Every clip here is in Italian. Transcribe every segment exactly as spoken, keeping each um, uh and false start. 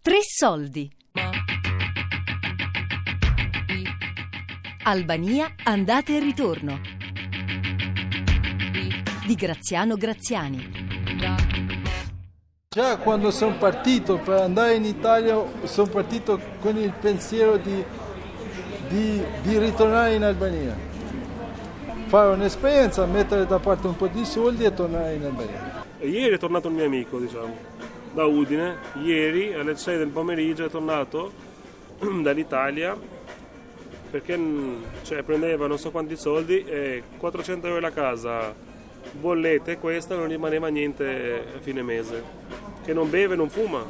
Tre soldi. Albania, andata e ritorno di Graziano Graziani. Già quando sono partito per andare in Italia sono partito con il pensiero di, di, di ritornare in Albania, fare un'esperienza, mettere da parte un po' di soldi e tornare in Albania. Ieri è tornato un mio amico, diciamo, da Udine. Ieri alle sei del pomeriggio è tornato dall'Italia perché cioè, prendeva non so quanti soldi e quattrocento euro la casa, bollette, questa non rimaneva niente a fine mese, che non beve, non fuma.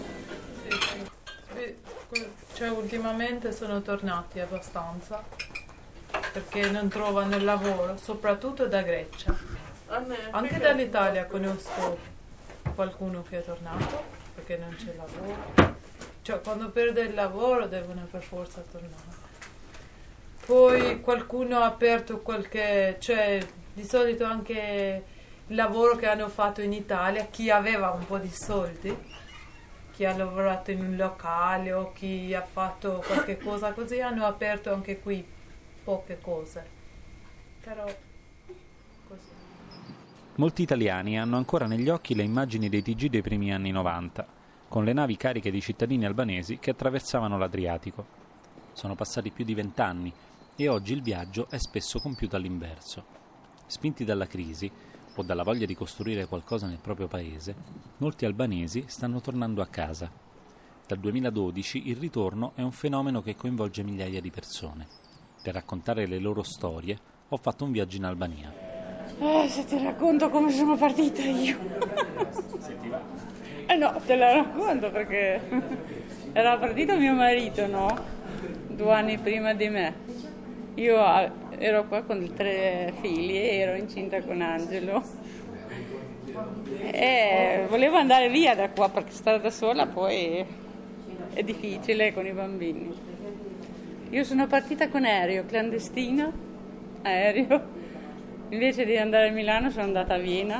Sì, sì. Cioè, ultimamente sono tornati abbastanza perché non trovano lavoro, soprattutto da Grecia. Anche dall'Italia conosco qualcuno che è tornato perché non c'è lavoro. Cioè, quando perde il lavoro devono per forza tornare. Poi qualcuno ha aperto qualche, cioè di solito anche il lavoro che hanno fatto in Italia, chi aveva un po' di soldi, chi ha lavorato in un locale o chi ha fatto qualche cosa così, hanno aperto anche qui poche cose. Però così. Molti italiani hanno ancora negli occhi le immagini dei T G dei primi anni novanta, con le navi cariche di cittadini albanesi che attraversavano l'Adriatico. Sono passati più di vent'anni e oggi il viaggio è spesso compiuto all'inverso. Spinti dalla crisi o dalla voglia di costruire qualcosa nel proprio paese, molti albanesi stanno tornando a casa. Dal duemiladodici il ritorno è un fenomeno che coinvolge migliaia di persone. Per raccontare le loro storie ho fatto un viaggio in Albania. Eh, se ti racconto come sono partita io. Eh no, te la racconto perché era partito mio marito, no? Due anni prima di me. Io ero qua con tre figli e ero incinta con Angelo. E volevo andare via da qua perché stare da sola poi è difficile con i bambini. Io sono partita con aereo, clandestino, aereo. Invece di andare a Milano sono andata a Vienna,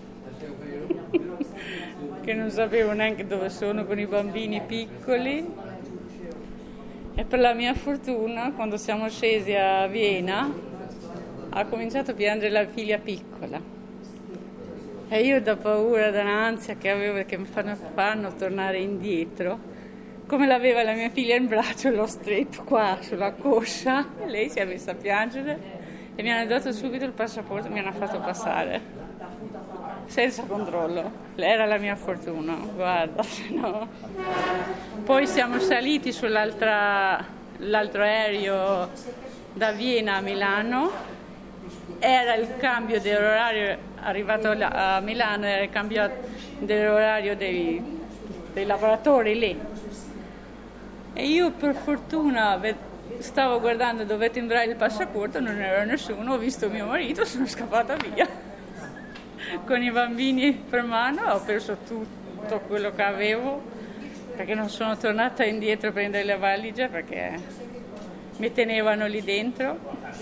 che non sapevo neanche dove sono con i bambini piccoli. E per la mia fortuna, quando siamo scesi a Vienna, ha cominciato a piangere la figlia piccola. E io da paura, da un'ansia che avevo, che mi fanno, fanno tornare indietro, come l'aveva la mia figlia in braccio, l'ho stretto qua sulla coscia, e lei si è messa a piangere e mi hanno dato subito il passaporto e mi hanno fatto passare, senza controllo. Era la mia fortuna, guarda, se no. Poi siamo saliti sull'altra l'altro aereo da Vienna a Milano. Era il cambio dell'orario, arrivato a Milano era il cambio dell'orario dei, dei lavoratori lì. E io per fortuna stavo guardando dove timbrare il passaporto, non era nessuno, ho visto mio marito, sono scappata via. Con i bambini per mano ho perso tutto quello che avevo perché non sono tornata indietro a prendere le valigie perché mi tenevano lì dentro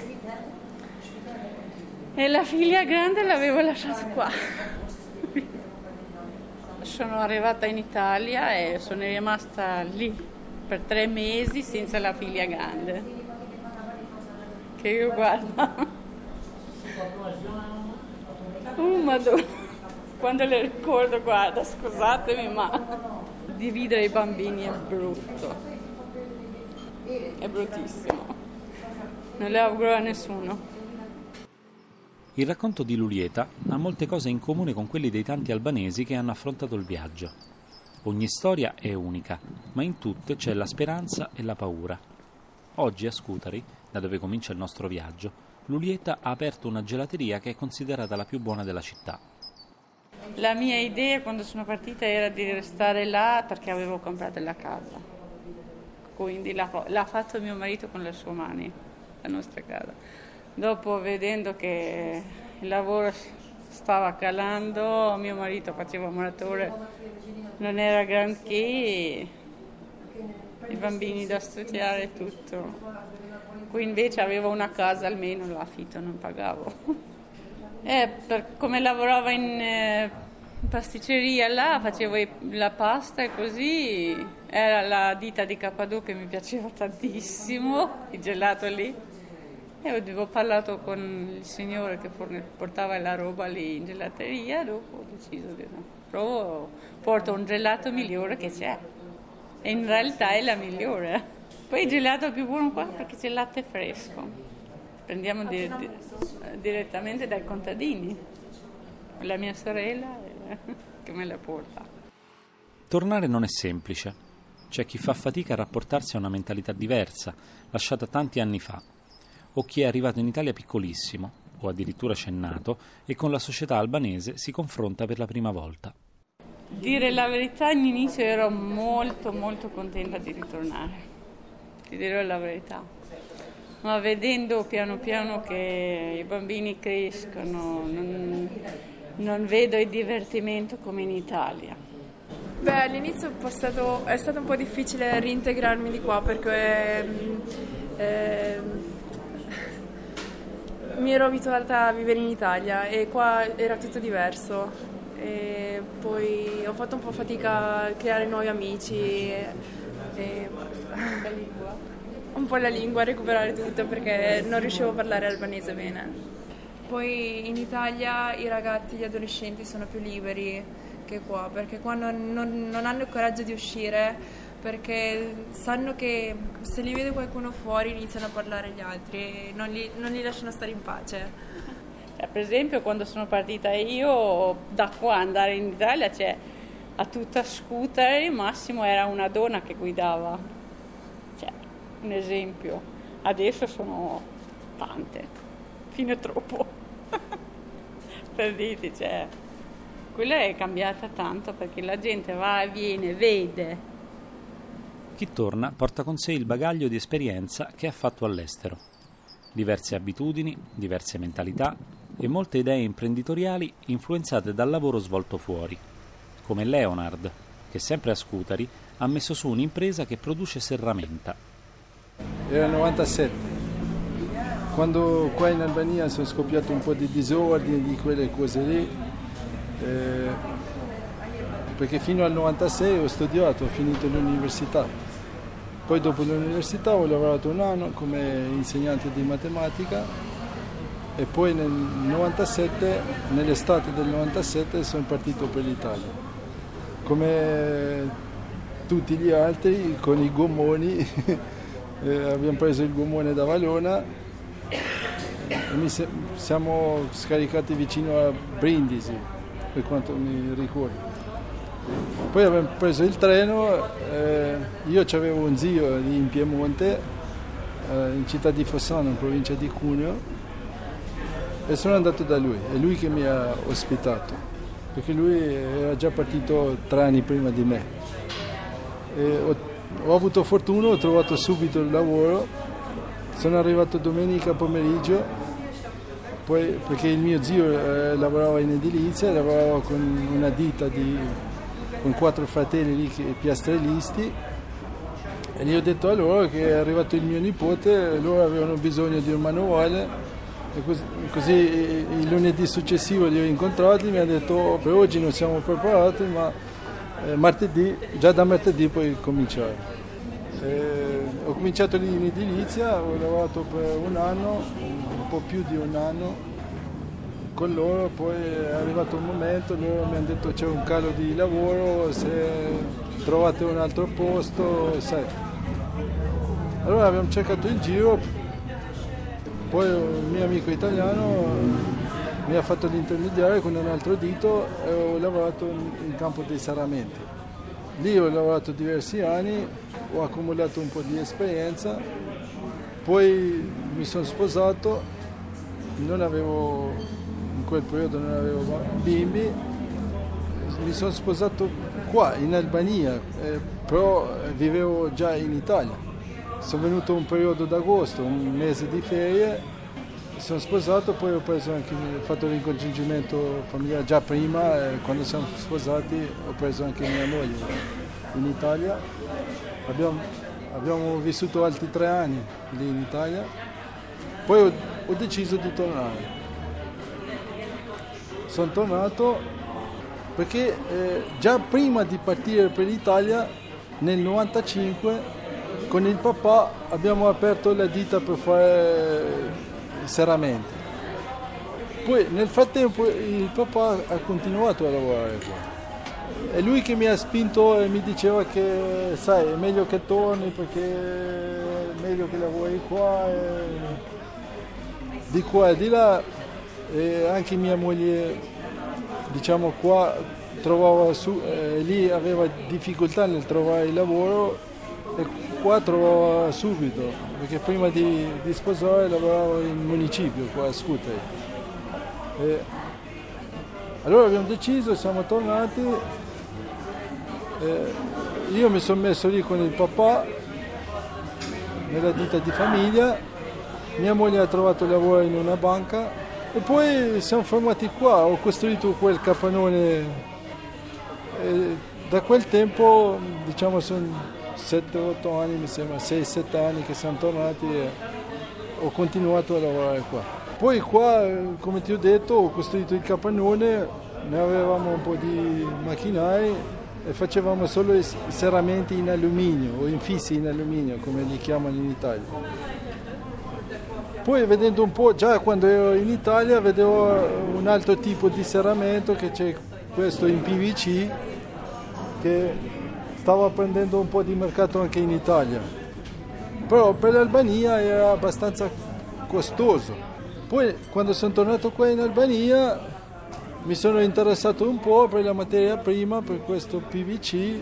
e la figlia grande l'avevo lasciata qua. Sono arrivata in Italia e sono rimasta lì per tre mesi senza la figlia grande, che io guarda. Oh Madonna, quando le ricordo, guarda, scusatemi, ma dividere i bambini è brutto, è bruttissimo, non le auguro a nessuno. Il racconto di Lulieta ha molte cose in comune con quelli dei tanti albanesi che hanno affrontato il viaggio. Ogni storia è unica, ma in tutte c'è la speranza e la paura. Oggi a Scutari, da dove comincia il nostro viaggio, Lulieta ha aperto una gelateria che è considerata la più buona della città. La mia idea quando sono partita era di restare là perché avevo comprato la casa. Quindi l'ha, l'ha fatto mio marito con le sue mani, la nostra casa. Dopo, vedendo che il lavoro stava calando, mio marito faceva muratore, non era granché, i bambini da studiare e tutto. Qui invece avevo una casa, almeno l'affitto non pagavo. E per come lavoravo in, eh, in pasticceria là, facevo la pasta e così, era la ditta di Cappadò che mi piaceva tantissimo, il gelato lì, e avevo parlato con il signore che portava la roba lì in gelateria, dopo ho deciso di no, provo, porto un gelato migliore che c'è, e in realtà è la migliore. Poi il gelato più buono qua perché c'è il latte fresco, prendiamo di, di, direttamente dai contadini, la mia sorella che me la porta. Tornare non è semplice. C'è chi fa fatica a rapportarsi a una mentalità diversa, lasciata tanti anni fa, o chi è arrivato in Italia piccolissimo, o addirittura c'è nato, e con la società albanese si confronta per la prima volta. Dire la verità, all'inizio ero molto molto contenta di ritornare, ti dirò la verità. Ma vedendo piano piano che i bambini crescono, non... non vedo il divertimento come in Italia. Beh, all'inizio è stato, è stato un po' difficile reintegrarmi di qua perché eh, mi ero abituata a vivere in Italia e qua era tutto diverso. E poi ho fatto un po' fatica a creare nuovi amici e, e La lingua. un po' la lingua, a recuperare tutto perché non riuscivo a parlare albanese bene. Poi in Italia i ragazzi, gli adolescenti sono più liberi che qua, perché qua non, non, non hanno il coraggio di uscire, perché sanno che se li vede qualcuno fuori iniziano a parlare gli altri e non li, non li lasciano stare in pace. Eh, per esempio quando sono partita io, da qua andare in Italia, cioè, a tutta scooter, il massimo era una donna che guidava, cioè, un esempio. Adesso sono tante, fino a troppo. Per dirti, cioè, quella è cambiata tanto perché la gente va e viene, vede. Chi torna porta con sé il bagaglio di esperienza che ha fatto all'estero. Diverse abitudini, diverse mentalità e molte idee imprenditoriali influenzate dal lavoro svolto fuori. Come Leonard, che sempre a Scutari ha messo su un'impresa che produce serramenta. Era il novantasette. Quando qua in Albania sono scoppiati un po' di disordini, di quelle cose lì, eh, perché fino al novantasei ho studiato, ho finito l'università. Poi dopo l'università ho lavorato un anno come insegnante di matematica e poi nel novantasette, nell'estate del novantasette, sono partito per l'Italia. Come tutti gli altri, con i gommoni, eh, abbiamo preso il gommone da Valona. Mi se- siamo scaricati vicino a Brindisi, per quanto mi ricordo. Poi abbiamo preso il treno, eh, io avevo un zio lì in Piemonte, eh, in città di Fossano, in provincia di Cuneo, e sono andato da lui, è lui che mi ha ospitato, perché lui era già partito tre anni prima di me. E ho, ho avuto fortuna, ho trovato subito il lavoro. Sono arrivato domenica pomeriggio, poi, perché il mio zio eh, lavorava in edilizia, lavorava con una ditta di, con quattro fratelli lì, che, piastrellisti, e gli ho detto a loro che è arrivato il mio nipote, loro avevano bisogno di un manuale, e così, così il lunedì successivo li ho incontrati, mi ha detto oh, per oggi non siamo preparati, ma eh, martedì, già da martedì puoi cominciare. Eh, ho cominciato lì in edilizia, ho lavorato per un anno, un po' più di un anno con loro, poi è arrivato un momento, loro mi hanno detto c'è un calo di lavoro, se trovate un altro posto, sai. Allora abbiamo cercato il giro, poi un mio amico italiano mi ha fatto l'intermediario con un altro dito e ho lavorato in campo dei serramenti. Lì ho lavorato diversi anni, ho accumulato un po' di esperienza, poi mi sono sposato, non avevo, in quel periodo non avevo bimbi, mi sono sposato qua in Albania, eh, però vivevo già in Italia. Sono venuto un periodo d'agosto, un mese di ferie, sono sposato, poi ho preso anche, ho fatto il ricongiungimento familiare già prima, eh, quando siamo sposati ho preso anche mia moglie in Italia. Abbiamo, abbiamo vissuto altri tre anni lì in Italia, poi ho, ho deciso di tornare. Sono tornato perché eh, già prima di partire per l'Italia, nel novantacinque, con il papà abbiamo aperto la ditta per fare i serramenti. Poi nel frattempo il papà ha continuato a lavorare qua. È lui che mi ha spinto e mi diceva che, sai, è meglio che torni perché è meglio che lavori qua, e di qua e di là. E anche mia moglie, diciamo, qua trovava su, eh, lì aveva difficoltà nel trovare il lavoro e qua trovava subito, perché prima di, di sposare lavoravo in municipio qua a Scutari. E allora abbiamo deciso, siamo tornati, e io mi sono messo lì con il papà nella ditta di famiglia, mia moglie ha trovato lavoro in una banca e poi siamo fermati qua. Ho costruito quel capannone e da quel tempo, diciamo, sono sette otto anni, mi sembra, sei sette anni che siamo tornati e ho continuato a lavorare qua. Poi qua, come ti ho detto, ho costruito il capannone, ne avevamo un po' di macchinari e facevamo solo i serramenti in alluminio o infissi in alluminio, come li chiamano in Italia. Poi vedendo un po', già quando ero in Italia, vedevo un altro tipo di serramento, che c'è questo in P V C, che stava prendendo un po' di mercato anche in Italia. Però per l'Albania era abbastanza costoso. Poi quando sono tornato qua in Albania mi sono interessato un po' per la materia prima, per questo P V C,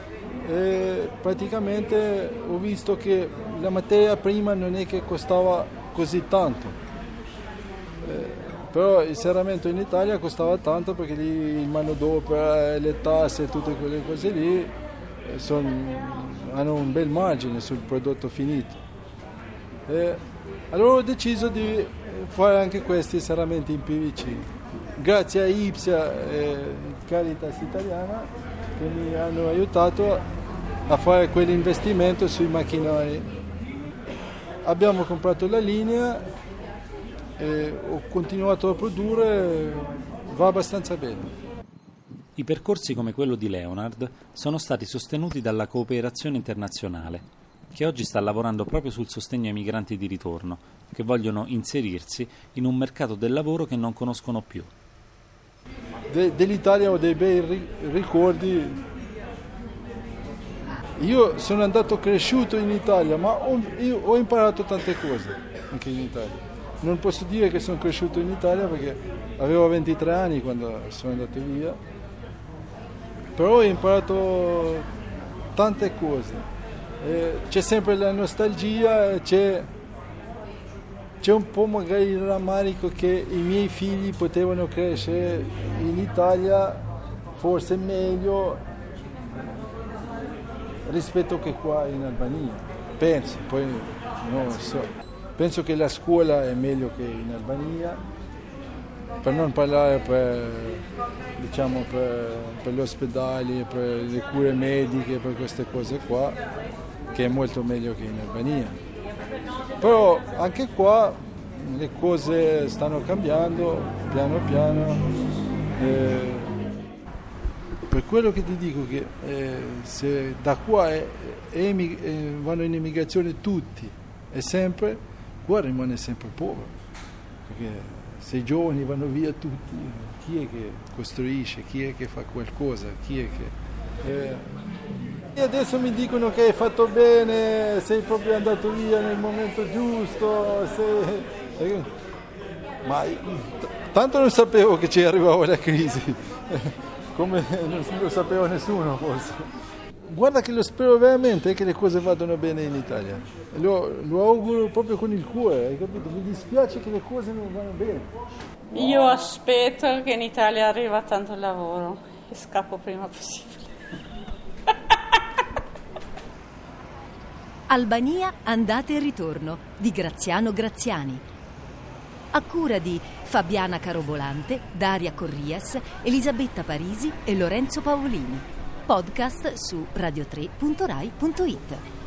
e praticamente ho visto che la materia prima non è che costava così tanto, eh, però il serramento in Italia costava tanto perché lì il manodopera, le tasse e tutte quelle cose lì eh, son, hanno un bel margine sul prodotto finito. Eh, allora ho deciso di fare anche questi serramenti in P V C, grazie a Ipsia e Caritas Italiana che mi hanno aiutato a fare quell'investimento sui macchinari. Abbiamo comprato la linea e ho continuato a produrre, va abbastanza bene. I percorsi come quello di Leonard sono stati sostenuti dalla cooperazione internazionale, che oggi sta lavorando proprio sul sostegno ai migranti di ritorno, che vogliono inserirsi in un mercato del lavoro che non conoscono più. De, dell'Italia ho dei bei ricordi. Io sono andato cresciuto in Italia, ma ho, io ho imparato tante cose anche in Italia. Non posso dire che sono cresciuto in Italia perché avevo ventitré anni quando sono andato via, però ho imparato tante cose. Eh, c'è sempre la nostalgia, c'è, c'è un po' magari il rammarico che i miei figli potevano crescere in Italia forse meglio rispetto che qua in Albania, penso, poi non lo so. Penso che la scuola è meglio che in Albania, per non parlare per, diciamo, per, per gli ospedali, per le cure mediche, per queste cose qua, che è molto meglio che in Albania. Però anche qua le cose stanno cambiando piano piano. Eh, Per quello che ti dico che eh, se da qua è, è, è, vanno in emigrazione tutti e sempre, qua rimane sempre povero, perché se i giovani vanno via tutti, chi è che costruisce, chi è che fa qualcosa, chi è che... Eh, e adesso mi dicono che hai fatto bene, sei proprio andato via nel momento giusto, sei... eh, ma t- tanto non sapevo che ci arrivava la crisi. Come non lo sapeva nessuno forse. Guarda che lo spero veramente che le cose vadano bene in Italia. Lo, lo auguro proprio con il cuore, hai capito? Mi dispiace che le cose non vanno bene. Io aspetto che in Italia arriva tanto lavoro e scappo prima possibile. Albania, andate e ritorno di Graziano Graziani. A cura di Fabiana Carobolante, Daria Corrias, Elisabetta Parisi e Lorenzo Paolini. Podcast su radio tre punto rai punto it.